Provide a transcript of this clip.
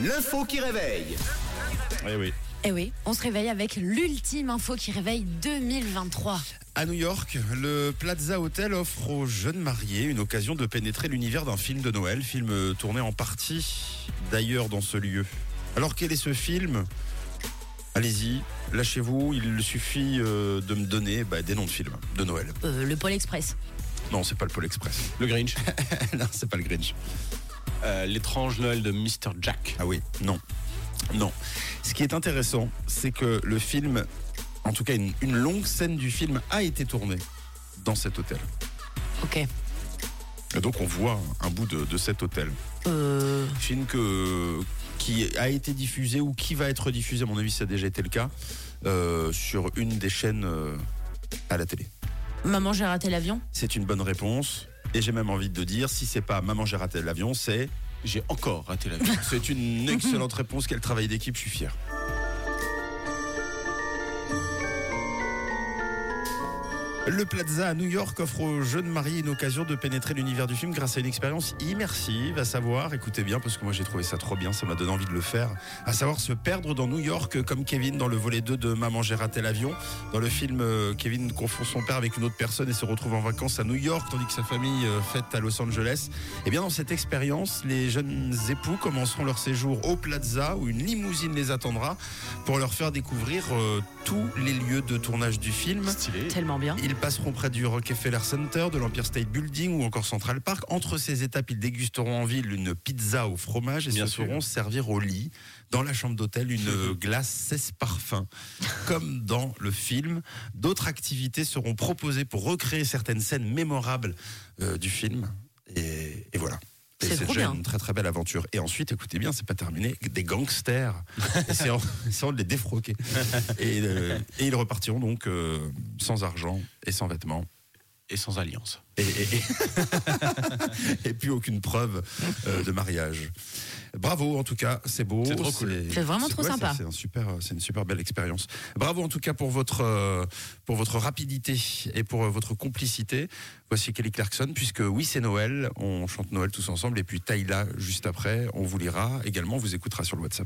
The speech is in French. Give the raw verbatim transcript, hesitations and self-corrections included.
L'info qui réveille. Eh oui. Eh oui, on se réveille avec l'ultime info qui réveille deux mille vingt-trois. À New York, le Plaza Hotel offre aux jeunes mariés une occasion de pénétrer l'univers d'un film de Noël, film tourné en partie d'ailleurs dans ce lieu. Alors quel est ce film ? Allez-y, lâchez-vous, il suffit euh, de me donner bah, des noms de films de Noël. Euh, le Pôle Express. Non, c'est pas le Pôle Express. Le Grinch. Non, c'est pas le Grinch. Euh, L'étrange Noël de mister Jack. Ah oui, non. Non. Ce qui est intéressant, c'est que le film, en tout cas une, une longue scène du film a été tournée dans cet hôtel. Ok. Et donc on voit un bout de, de cet hôtel. Euh... Film que, qui a été diffusé ou qui va être diffusé, à mon avis ça a déjà été le cas, euh, sur une des chaînes euh, à la télé. Maman, j'ai raté l'avion. C'est une bonne réponse. Et j'ai même envie de dire, si c'est pas Maman, j'ai raté l'avion, c'est J'ai encore raté l'avion. C'est une excellente réponse. Quel travail d'équipe, je suis fier. Le Plaza à New York offre aux jeunes mariés une occasion de pénétrer l'univers du film grâce à une expérience immersive, à savoir, écoutez bien parce que moi j'ai trouvé ça trop bien, ça m'a donné envie de le faire, à savoir se perdre dans New York comme Kevin dans le volet deux de Maman j'ai raté l'avion. Dans le film, Kevin confond son père avec une autre personne et se retrouve en vacances à New York tandis que sa famille fête à Los Angeles. Et bien dans cette expérience, les jeunes époux commenceront leur séjour au Plaza où une limousine les attendra pour leur faire découvrir euh, tous les lieux de tournage du film. Stylé. Tellement bien. Ils passeront près du Rockefeller Center, de l'Empire State Building ou encore Central Park. Entre ces étapes, ils dégusteront en ville une pizza au fromage et Bien se sûr. feront servir au lit, dans la chambre d'hôtel, une glace seize parfums. Comme dans le film, d'autres activités seront proposées pour recréer certaines scènes mémorables euh, du film. Et, et voilà. Et C'est c'est trop déjà bien. une très très belle aventure. Et ensuite, écoutez bien, c'est pas terminé, des gangsters. Essayant, essayant de les défroquer. Et, euh, et ils repartiront donc euh, sans argent et sans vêtements. Et sans alliance. Et, et, et, et puis aucune preuve euh, de mariage. Bravo en tout cas, c'est beau. C'est trop cool. C'est vraiment trop ouais, sympa. C'est, c'est, un super, c'est une super belle expérience. Bravo en tout cas pour votre, euh, pour votre rapidité et pour euh, votre complicité. Voici Kelly Clarkson, puisque oui c'est Noël, on chante Noël tous ensemble et puis Taïla juste après, on vous lira également, on vous écoutera sur le WhatsApp.